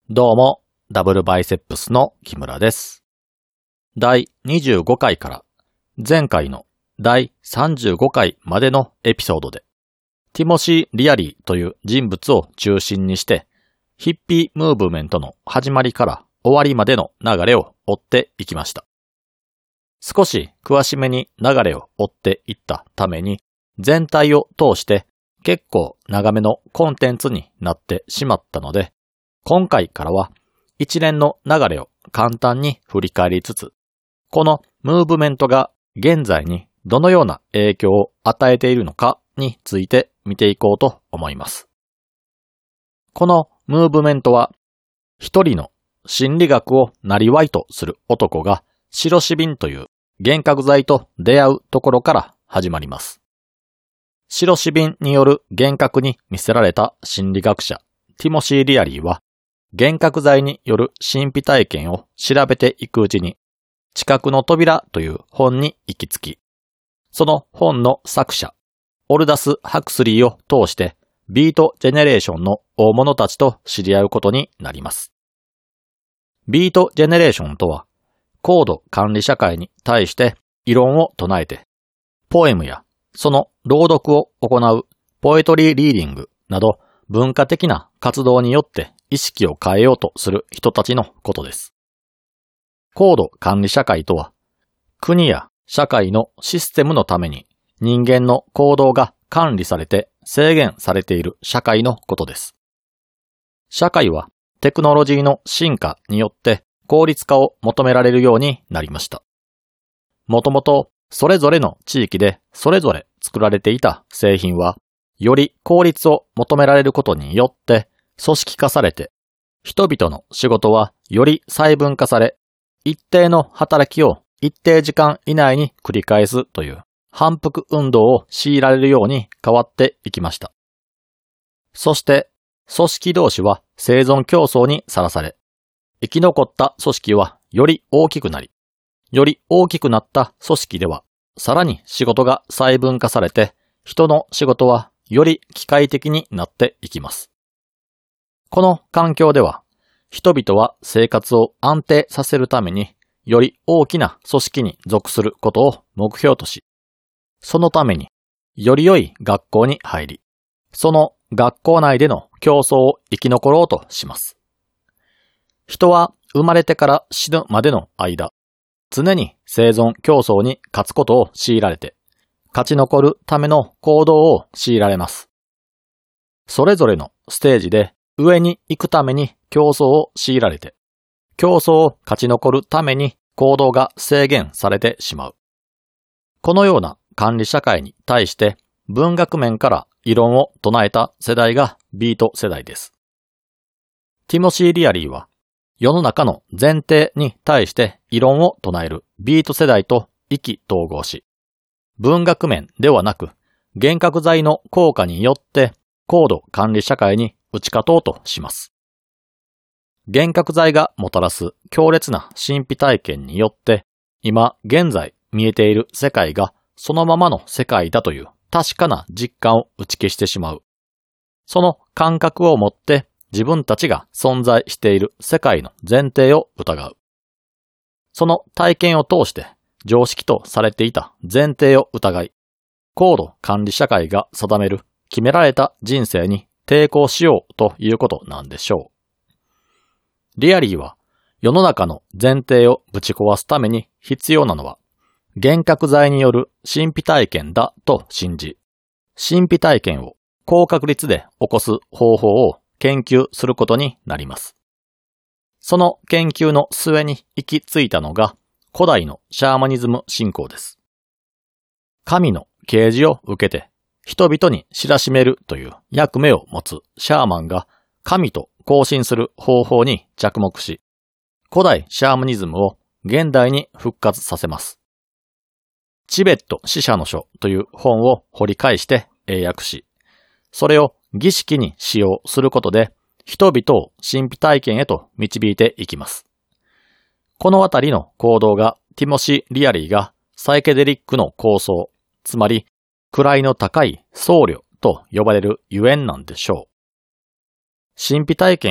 どうも、ダブルバイセップスの木村です。第25回から前回の第35回までのエピソードで、ティモシー・リアリーという人物を中心にして、ヒッピームーブメントの始まりから終わりまでの流れを追っていきました。少し詳しめに流れを追っていったために、全体を通して結構長めのコンテンツになってしまったので、今回からは一連の流れを簡単に振り返りつつ、このムーブメントが現在にどのような影響を与えているのかについて見ていこうと思います。このムーブメントは、一人の心理学を生業とする男がシロシビンという幻覚剤と出会うところから始まります。シロシビンによる幻覚に魅せられた心理学者ティモシー・リアリーは、幻覚剤による神秘体験を調べていくうちに、知覚の扉という本に行き着き、その本の作者、オルダス・ハクスリーを通して、ビート・ジェネレーションの大物たちと知り合うことになります。ビート・ジェネレーションとは、高度管理社会に対して異論を唱えて、ポエムやその朗読を行うポエトリー・リーディングなど文化的な活動によって意識を変えようとする人たちのことです。高度管理社会とは、国や社会のシステムのために人間の行動が管理されて制限されている社会のことです。社会はテクノロジーの進化によって効率化を求められるようになりました。もともとそれぞれの地域でそれぞれ作られていた製品は、より効率を求められることによって組織化されて、人々の仕事はより細分化され、一定の働きを一定時間以内に繰り返すという反復運動を強いられるように変わっていきました。そして、組織同士は生存競争にさらされ、生き残った組織はより大きくなり、より大きくなった組織では、さらに仕事が細分化されて、人の仕事はより機械的になっていきます。この環境では、人々は生活を安定させるために、より大きな組織に属することを目標とし、そのために、より良い学校に入り、その学校内での競争を生き残ろうとします。人は生まれてから死ぬまでの間、常に生存競争に勝つことを強いられて、勝ち残るための行動を強いられます。それぞれのステージで上に行くために競争を強いられて、競争を勝ち残るために行動が制限されてしまう。このような管理社会に対して文学面から異論を唱えた世代がビート世代です。ティモシー・リアリーは世の中の前提に対して異論を唱えるビート世代と意気投合し、文学面ではなく幻覚剤の効果によって高度管理社会に打ち勝とうとします。幻覚剤がもたらす強烈な神秘体験によって今現在見えている世界がそのままの世界だという確かな実感を打ち消してしまう。その感覚をもって自分たちが存在している世界の前提を疑う。その体験を通して常識とされていた前提を疑い、高度管理社会が定める決められた人生に抵抗しようということなんでしょう。リアリーは世の中の前提をぶち壊すために必要なのは幻覚剤による神秘体験だと信じ、神秘体験を高確率で起こす方法を研究することになります。その研究の末に行き着いたのが古代のシャーマニズム信仰です。神の啓示を受けて人々に知らしめるという役目を持つシャーマンが神と交信する方法に着目し、古代シャーマニズムを現代に復活させます。チベット死者の書という本を掘り返して英訳し、それを儀式に使用することで人々を神秘体験へと導いていきます。このあたりの行動がティモシー・リアリーがサイケデリックの構想、つまり位の高い僧侶と呼ばれるゆえんなんでしょう。神秘体験を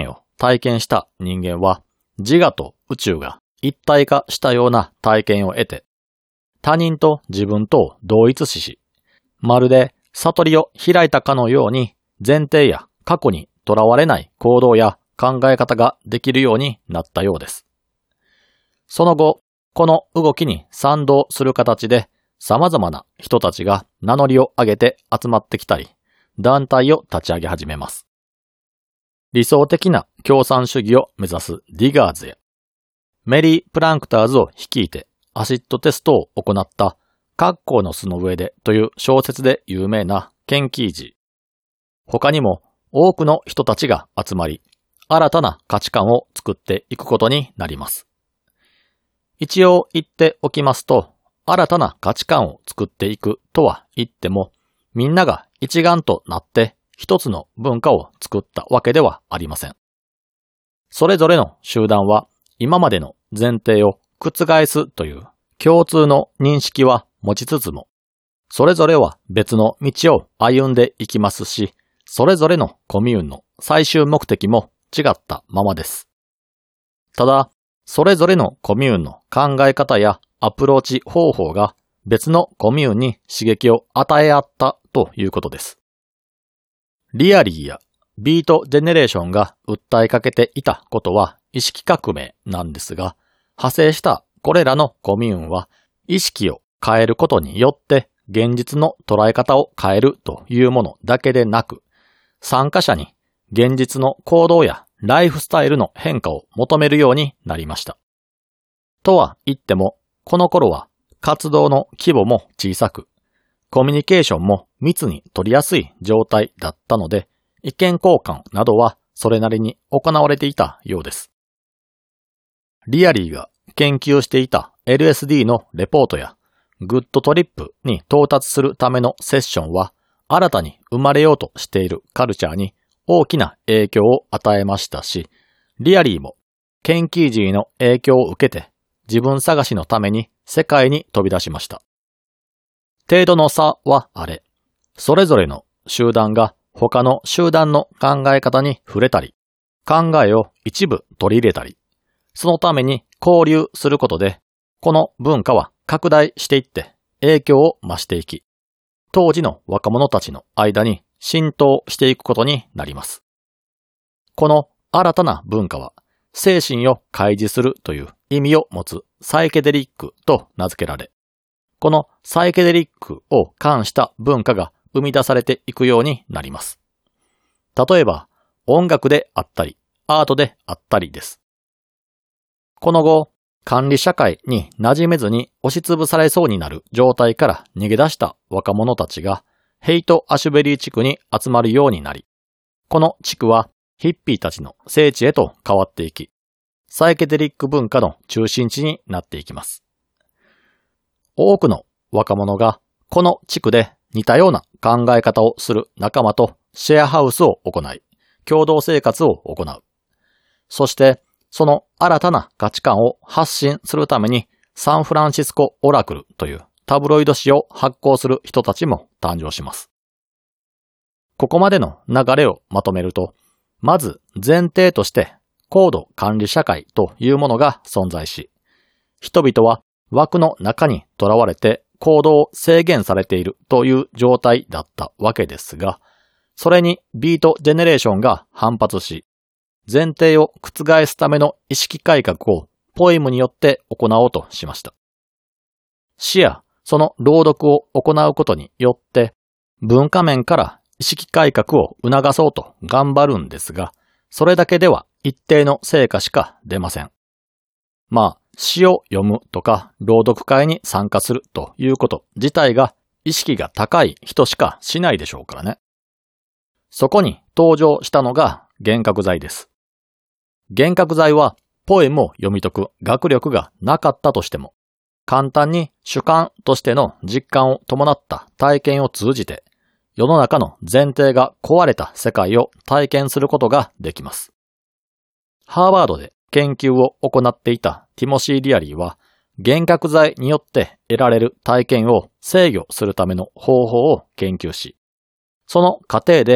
体験した人間は、自我と宇宙が一体化したような体験を得て、他人と自分とを同一視し、まるで悟りを開いたかのように前提や過去にとらわれない行動や考え方ができるようになったようです。その後、この動きに賛同する形で様々な人たちが名乗りを上げて集まってきたり、団体を立ち上げ始めます。理想的な共産主義を目指すディガーズや、メリー・プランクターズを率いてアシッドテストを行ったカッコーの巣の上でという小説で有名なケンキージー。他にも多くの人たちが集まり、新たな価値観を作っていくことになります。一応言っておきますと、新たな価値観を作っていくとは言っても、みんなが一丸となって一つの文化を作ったわけではありません。それぞれの集団は今までの前提を覆すという共通の認識は持ちつつも、それぞれは別の道を歩んでいきますし、それぞれのコミューンの最終目的も違ったままです。ただ、それぞれのコミューンの考え方やアプローチ方法が別のコミューンに刺激を与え合ったということです。リアリーやビートジェネレーションが訴えかけていたことは意識革命なんですが、派生したこれらのコミューンは意識を変えることによって現実の捉え方を変えるというものだけでなく、参加者に現実の行動やライフスタイルの変化を求めるようになりました。とは言っても、この頃は活動の規模も小さく、コミュニケーションも密に取りやすい状態だったので、意見交換などはそれなりに行われていたようです。リアリーが研究していた LSD のレポートやグッドトリップに到達するためのセッションは新たに生まれようとしているカルチャーに大きな影響を与えましたし、リアリーもケンキージーの影響を受けて自分探しのために世界に飛び出しました。程度の差はあれ、それぞれの集団が他の集団の考え方に触れたり、考えを一部取り入れたり、そのために交流することで、この文化は拡大していって影響を増していき、当時の若者たちの間に浸透していくことになります。この新たな文化は、精神を開示するという意味を持つサイケデリックと名付けられ、このサイケデリックを冠した文化が生み出されていくようになります。例えば、音楽であったり、アートであったりです。この後、管理社会に馴染めずに押しつぶされそうになる状態から逃げ出した若者たちがヘイト・アシュベリー地区に集まるようになり、この地区はヒッピーたちの聖地へと変わっていき、サイケデリック文化の中心地になっていきます。多くの若者がこの地区で似たような考え方をする仲間とシェアハウスを行い、共同生活を行う。そして、その新たな価値観を発信するためにサンフランシスコオラクルというタブロイド紙を発行する人たちも誕生します。ここまでの流れをまとめると、まず前提として高度管理社会というものが存在し、人々は枠の中にとらわれて行動を制限されているという状態だったわけですが、それにビートジェネレーションが反発し、前提を覆すための意識改革をポエムによって行おうとしました。詩やその朗読を行うことによって文化面から意識改革を促そうと頑張るんですが、それだけでは一定の成果しか出ません。詩を読むとか朗読会に参加するということ自体が意識が高い人しかしないでしょうからね。そこに登場したのが幻覚剤です。幻覚剤はポエムを読み解く学力がなかったとしても、簡単に主観としての実感を伴った体験を通じて、世の中の前提が壊れた世界を体験することができます。ハーバードで研究を行っていたティモシー・リアリーは、幻覚剤によって得られる体験を制御するための方法を研究し、その過程で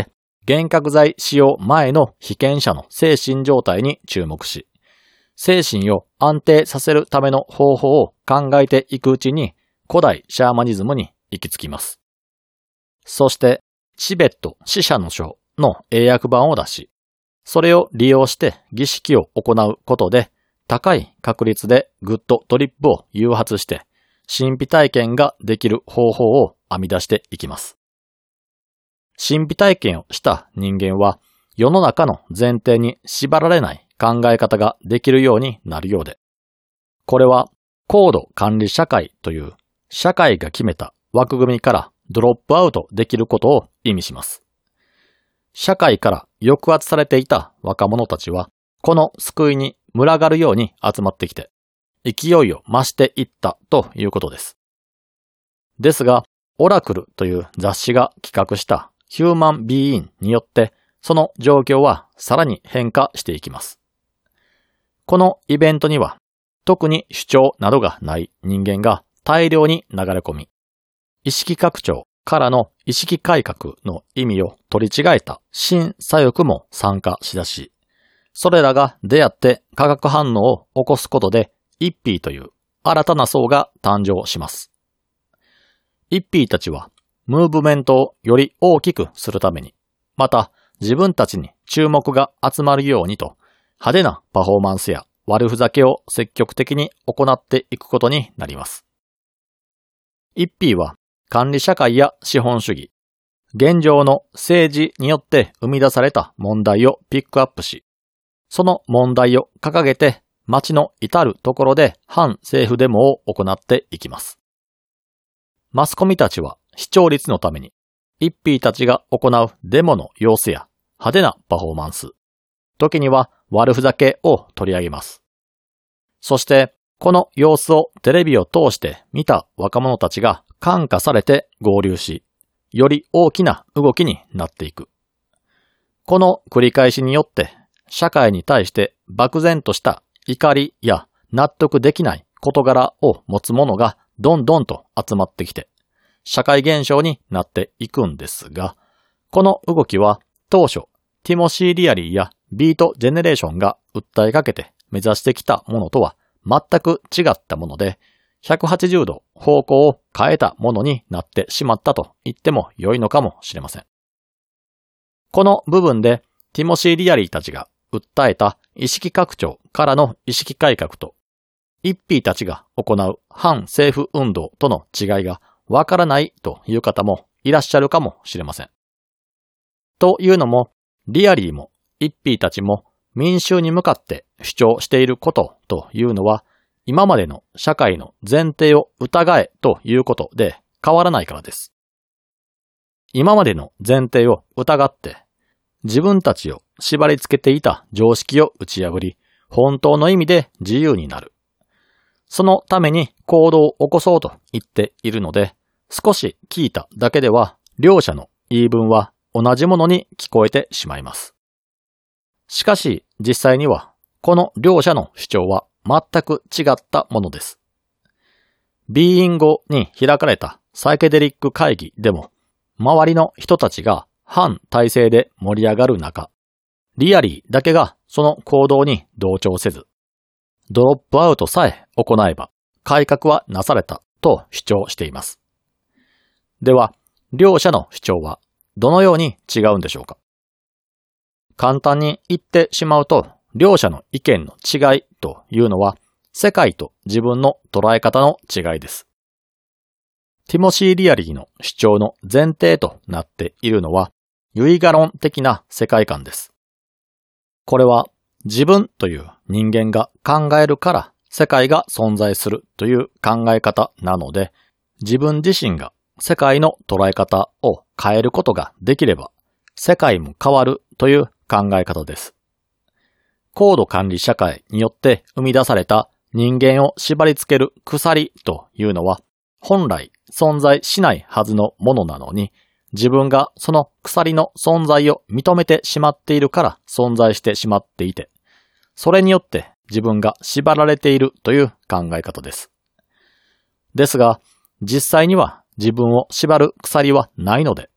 幻覚剤使用前の被験者の精神状態に注目し、精神を安定させるための方法を考えていくうちに古代シャーマニズムに行き着きます。そしてチベット死者の書の英訳版を出し、それを利用して儀式を行うことで高い確率でグッドトリップを誘発して神秘体験ができる方法を編み出していきます。神秘体験をした人間は世の中の前提に縛られない考え方ができるようになるようで、これは高度管理社会という社会が決めた枠組みからドロップアウトできることを意味します。社会から抑圧されていた若者たちはこの救いに群がるように集まってきて勢いを増していったということです。ですが、オラクルという雑誌が企画したヒューマンビーインによってその状況はさらに変化していきます。このイベントには特に主張などがない人間が大量に流れ込み、意識拡張からの意識改革の意味を取り違えた新左翼も参加しだし、それらが出会って化学反応を起こすことでイッピーという新たな層が誕生します。イッピーたちはムーブメントをより大きくするために、また自分たちに注目が集まるようにと派手なパフォーマンスや悪ふざけを積極的に行っていくことになります。イッピーは管理社会や資本主義、現状の政治によって生み出された問題をピックアップし、その問題を掲げて街の至るところで反政府デモを行っていきます。マスコミたちは視聴率のために、イッピーたちが行うデモの様子や派手なパフォーマンス、時には悪ふざけを取り上げます。そして、この様子をテレビを通して見た若者たちが感化されて合流し、より大きな動きになっていく。この繰り返しによって、社会に対して漠然とした怒りや納得できない事柄を持つ者がどんどんと集まってきて、社会現象になっていくんですが、この動きは当初、ティモシー・リアリーやビート・ジェネレーションが訴えかけて目指してきたものとは全く違ったもので、180度方向を変えたものになってしまったと言っても良いのかもしれません。この部分でティモシー・リアリーたちが訴えた意識拡張からの意識改革と、イッピーたちが行う反政府運動との違いがわからないという方もいらっしゃるかもしれません。というのも、リアリーもイッピーたちも民衆に向かって主張していることというのは、今までの社会の前提を疑えということで変わらないからです。今までの前提を疑って、自分たちを縛り付けていた常識を打ち破り、本当の意味で自由になる。そのために行動を起こそうと言っているので、少し聞いただけでは両者の言い分は同じものに聞こえてしまいます。しかし実際にはこの両者の主張は全く違ったものです。ビーイングに開かれたサイケデリック会議でも周りの人たちが反体制で盛り上がる中、リアリーだけがその行動に同調せず、ドロップアウトさえ行えば改革はなされたと主張しています。では、両者の主張はどのように違うんでしょうか。簡単に言ってしまうと、両者の意見の違いというのは世界と自分の捉え方の違いです。ティモシー・リアリーの主張の前提となっているのはユイガ論的な世界観です。これは自分という人間が考えるから世界が存在するという考え方なので、自分自身が世界の捉え方を変えることができれば世界も変わるという考え方です。高度管理社会によって生み出された人間を縛り付ける鎖というのは本来存在しないはずのものなのに、自分がその鎖の存在を認めてしまっているから存在してしまっていて、それによって自分が縛られているという考え方です。ですが、実際には自分を縛る鎖はないので、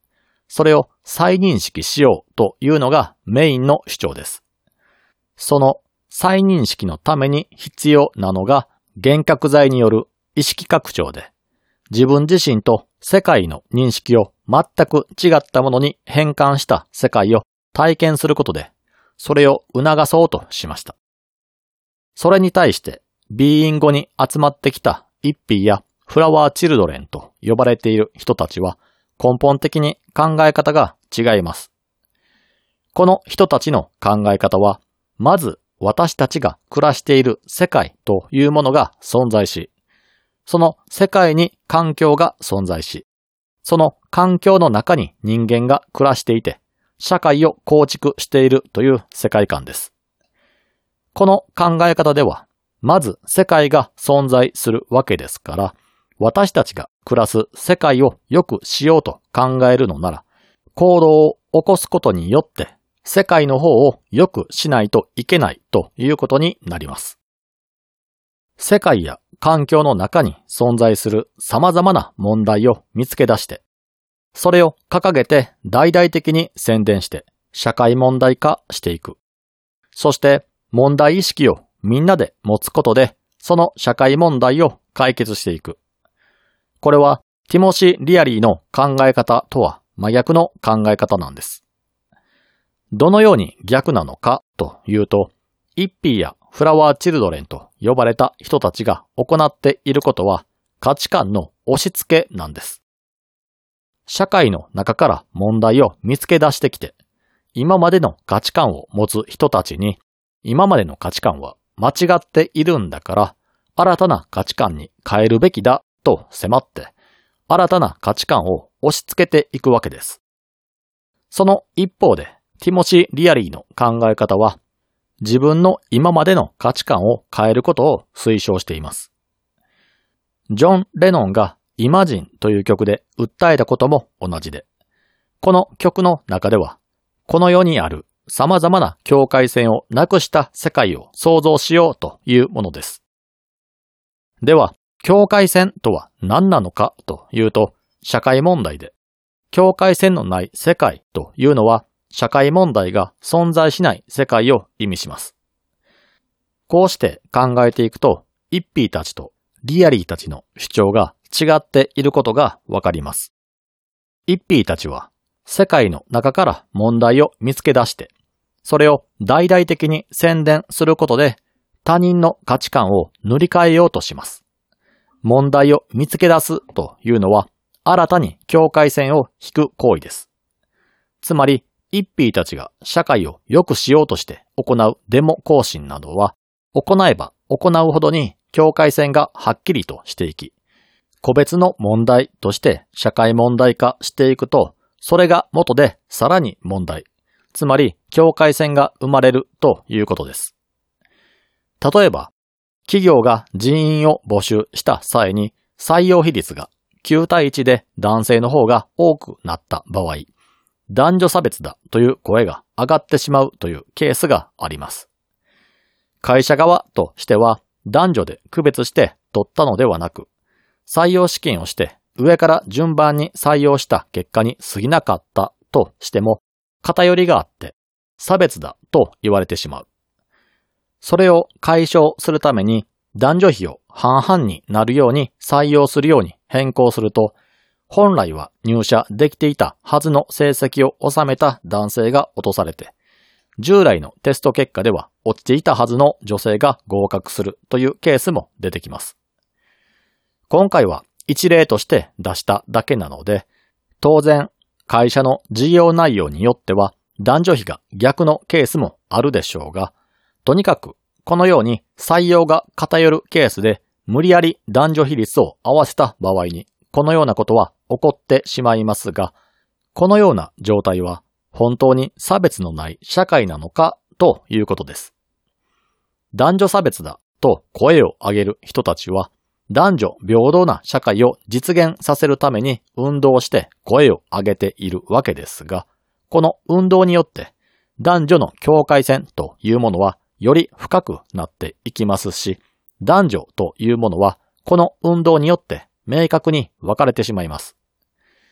それを再認識しようというのがメインの主張です。その再認識のために必要なのが幻覚剤による意識拡張で、自分自身と世界の認識を全く違ったものに変換した世界を体験することで、それを促そうとしました。それに対して、ビーイングに集まってきたイッピーやフラワーチルドレンと呼ばれている人たちは根本的に考え方が違います。この人たちの考え方は、まず私たちが暮らしている世界というものが存在し、その世界に環境が存在し、その環境の中に人間が暮らしていて、社会を構築しているという世界観です。この考え方では、まず世界が存在するわけですから、私たちが暮らす世界を良くしようと考えるのなら、行動を起こすことによって、世界の方を良くしないといけないということになります。世界や環境の中に存在する様々な問題を見つけ出して、それを掲げて大々的に宣伝して社会問題化していく。そして問題意識をみんなで持つことで、その社会問題を解決していく。これはティモシー・リアリーの考え方とは真逆の考え方なんです。どのように逆なのかというと、イッピーやフラワーチルドレンと呼ばれた人たちが行っていることは価値観の押し付けなんです。社会の中から問題を見つけ出してきて、今までの価値観を持つ人たちに、今までの価値観は間違っているんだから、新たな価値観に変えるべきだと迫って、新たな価値観を押し付けていくわけです。その一方で、ティモシー・リアリーの考え方は、自分の今までの価値観を変えることを推奨しています。ジョン・レノンがイマジンという曲で訴えたことも同じで、この曲の中では、この世にある様々な境界線をなくした世界を創造しようというものです。では、境界線とは何なのかというと、社会問題で、境界線のない世界というのは、社会問題が存在しない世界を意味します。こうして考えていくと、イッピーたちとリアリーたちの主張が違っていることがわかります。イッピーたちは世界の中から問題を見つけ出して、それを大々的に宣伝することで他人の価値観を塗り替えようとします。問題を見つけ出すというのは新たに境界線を引く行為です。つまり、イッピーたちが社会を良くしようとして行うデモ行進などは、行えば行うほどに境界線がはっきりとしていき、個別の問題として社会問題化していくと、それが元でさらに問題、つまり境界線が生まれるということです。例えば、企業が人員を募集した際に採用比率が9対1で男性の方が多くなった場合、男女差別だという声が上がってしまうというケースがあります。会社側としては男女で区別して取ったのではなく、採用試験をして上から順番に採用した結果に過ぎなかったとしても偏りがあって差別だと言われてしまう。それを解消するために男女比を半々になるように採用するように変更すると、本来は入社できていたはずの成績を収めた男性が落とされて、従来のテスト結果では落ちていたはずの女性が合格するというケースも出てきます。今回は一例として出しただけなので、当然会社の事業内容によっては男女比が逆のケースもあるでしょうが、とにかくこのように採用が偏るケースで無理やり男女比率を合わせた場合に、このようなことは起こってしまいますが、このような状態は本当に差別のない社会なのかということです。男女差別だと声を上げる人たちは、男女平等な社会を実現させるために運動して声を上げているわけですが、この運動によって男女の境界線というものはより深くなっていきますし、男女というものはこの運動によって明確に分かれてしまいます。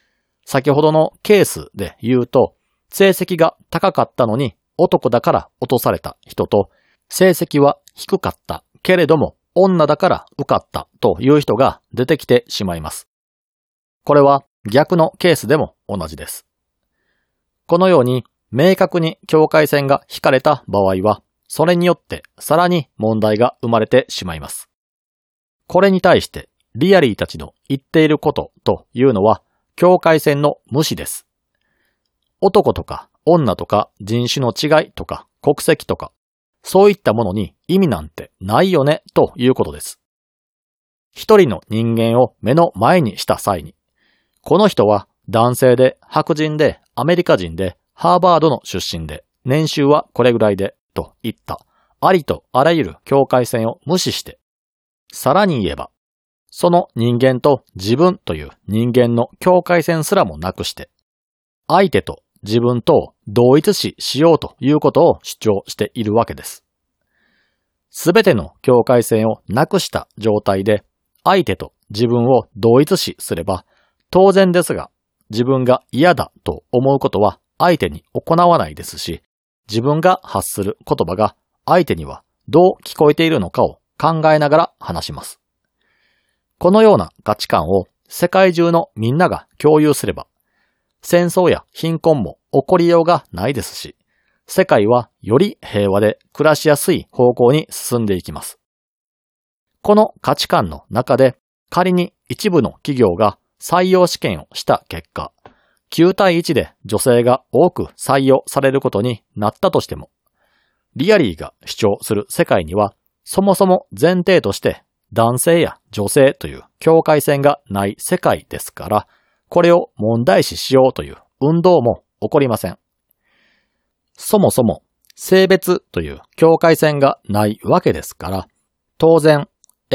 先ほどのケースで言うと、成績が高かったのに男だから落とされた人と、成績は低かったけれども女だから受かったという人が出てきてしまいます。これは逆のケースでも同じです。このように明確に境界線が引かれた場合は、それによってさらに問題が生まれてしまいます。これに対してリアリーたちの言っていることというのは境界線の無視です。男とか女とか人種の違いとか国籍とかそういったものに意味なんてないよねということです。一人の人間を目の前にした際に、この人は男性で白人でアメリカ人でハーバードの出身で年収はこれぐらいでといったありとあらゆる境界線を無視して、さらに言えばその人間と自分という人間の境界線すらもなくして、相手と自分とを同一視しようということを主張しているわけです。すべての境界線をなくした状態で相手と自分を同一視すれば、当然ですが自分が嫌だと思うことは相手に行わないですし、自分が発する言葉が相手にはどう聞こえているのかを考えながら話します。このような価値観を世界中のみんなが共有すれば、戦争や貧困も起こりようがないですし、世界はより平和で暮らしやすい方向に進んでいきます。この価値観の中で仮に一部の企業が採用試験をした結果、9対1で女性が多く採用されることになったとしても、リアリーが主張する世界にはそもそも前提として男性や女性という境界線がない世界ですから、これを問題視しようという運動も起こりません。そもそも性別という境界線がないわけですから、当然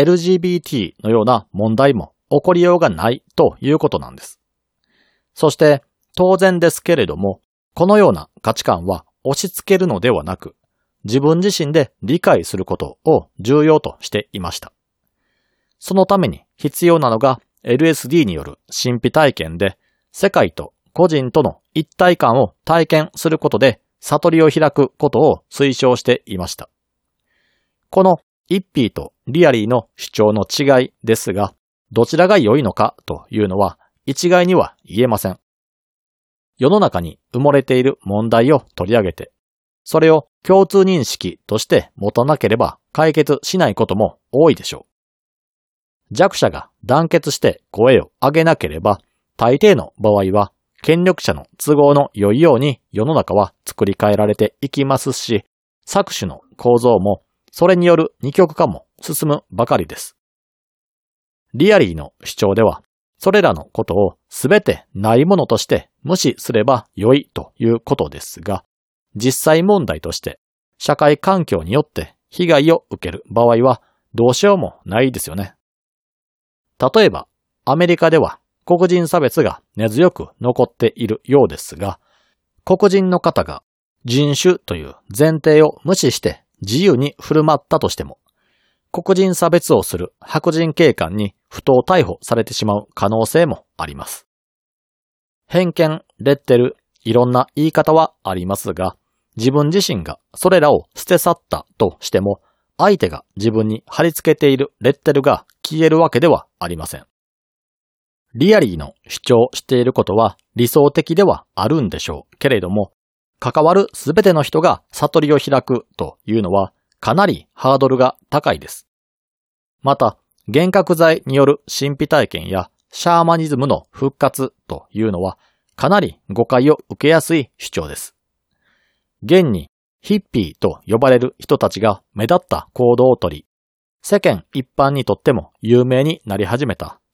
LGBT のような問題も起こりようがないということなんです。そして当然ですけれども、このような価値観は押し付けるのではなく、自分自身で理解することを重要としていました。そのために必要なのが LSD による神秘体験で、世界と個人との一体感を体験することで悟りを開くことを推奨していました。このイッピーとリアリーの主張の違いですが、どちらが良いのかというのは一概には言えません。世の中に埋もれている問題を取り上げて、それを共通認識として持たなければ解決しないことも多いでしょう。弱者が団結して声を上げなければ、大抵の場合は権力者の都合の良いように世の中は作り変えられていきますし、搾取の構造もそれによる二極化も進むばかりです。リアリーの主張では、それらのことをすべてないものとして無視すれば良いということですが、実際問題として社会環境によって被害を受ける場合はどうしようもないですよね。例えば、アメリカでは黒人差別が根強く残っているようですが、黒人の方が人種という前提を無視して自由に振る舞ったとしても、黒人差別をする白人警官に不当逮捕されてしまう可能性もあります。偏見、レッテル、いろんな言い方はありますが、自分自身がそれらを捨て去ったとしても、相手が自分に貼り付けているレッテルが消えるわけではありません。リアリーの主張していることは理想的ではあるんでしょうけれども、関わるすべての人が悟りを開くというのはかなりハードルが高いです。また、幻覚剤による神秘体験やシャーマニズムの復活というのはかなり誤解を受けやすい主張です。現にヒッピーと呼ばれる人たちが目立った行動をとり、世間一般にとっても有名になり始めた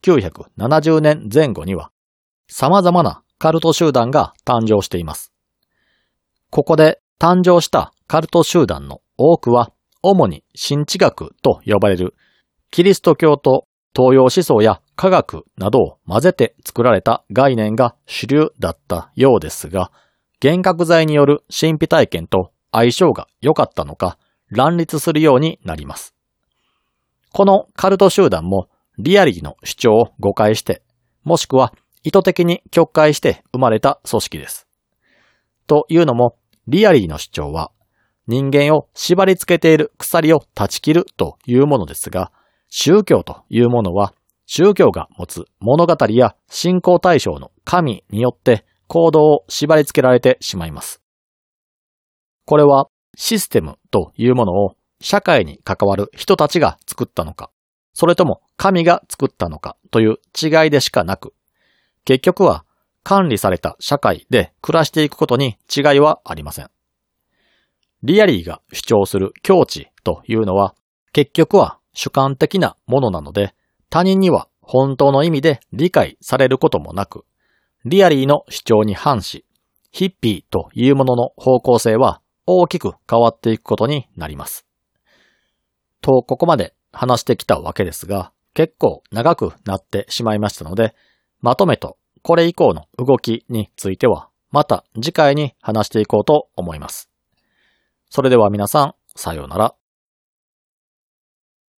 1970年前後には様々なカルト集団が誕生しています。ここで誕生したカルト集団の多くは主に神智学と呼ばれるキリスト教と東洋思想や科学などを混ぜて作られた概念が主流だったようですが、幻覚剤による神秘体験と相性が良かったのか乱立するようになります。このカルト集団もリアリーの主張を誤解して、もしくは意図的に曲解して生まれた組織です。というのも、リアリーの主張は、人間を縛り付けている鎖を断ち切るというものですが、宗教というものは、宗教が持つ物語や信仰対象の神によって行動を縛り付けられてしまいます。これはシステムというものを社会に関わる人たちが作ったのか、それとも神が作ったのかという違いでしかなく、結局は管理された社会で暮らしていくことに違いはありません。リアリーが主張する境地というのは結局は主観的なものなので、他人には本当の意味で理解されることもなく、リアリーの主張に反し、ヒッピーというものの方向性は大きく変わっていくことになります。と、ここまで話してきたわけですが、結構長くなってしまいましたので、まとめとこれ以降の動きについては、また次回に話していこうと思います。それでは皆さん、さようなら。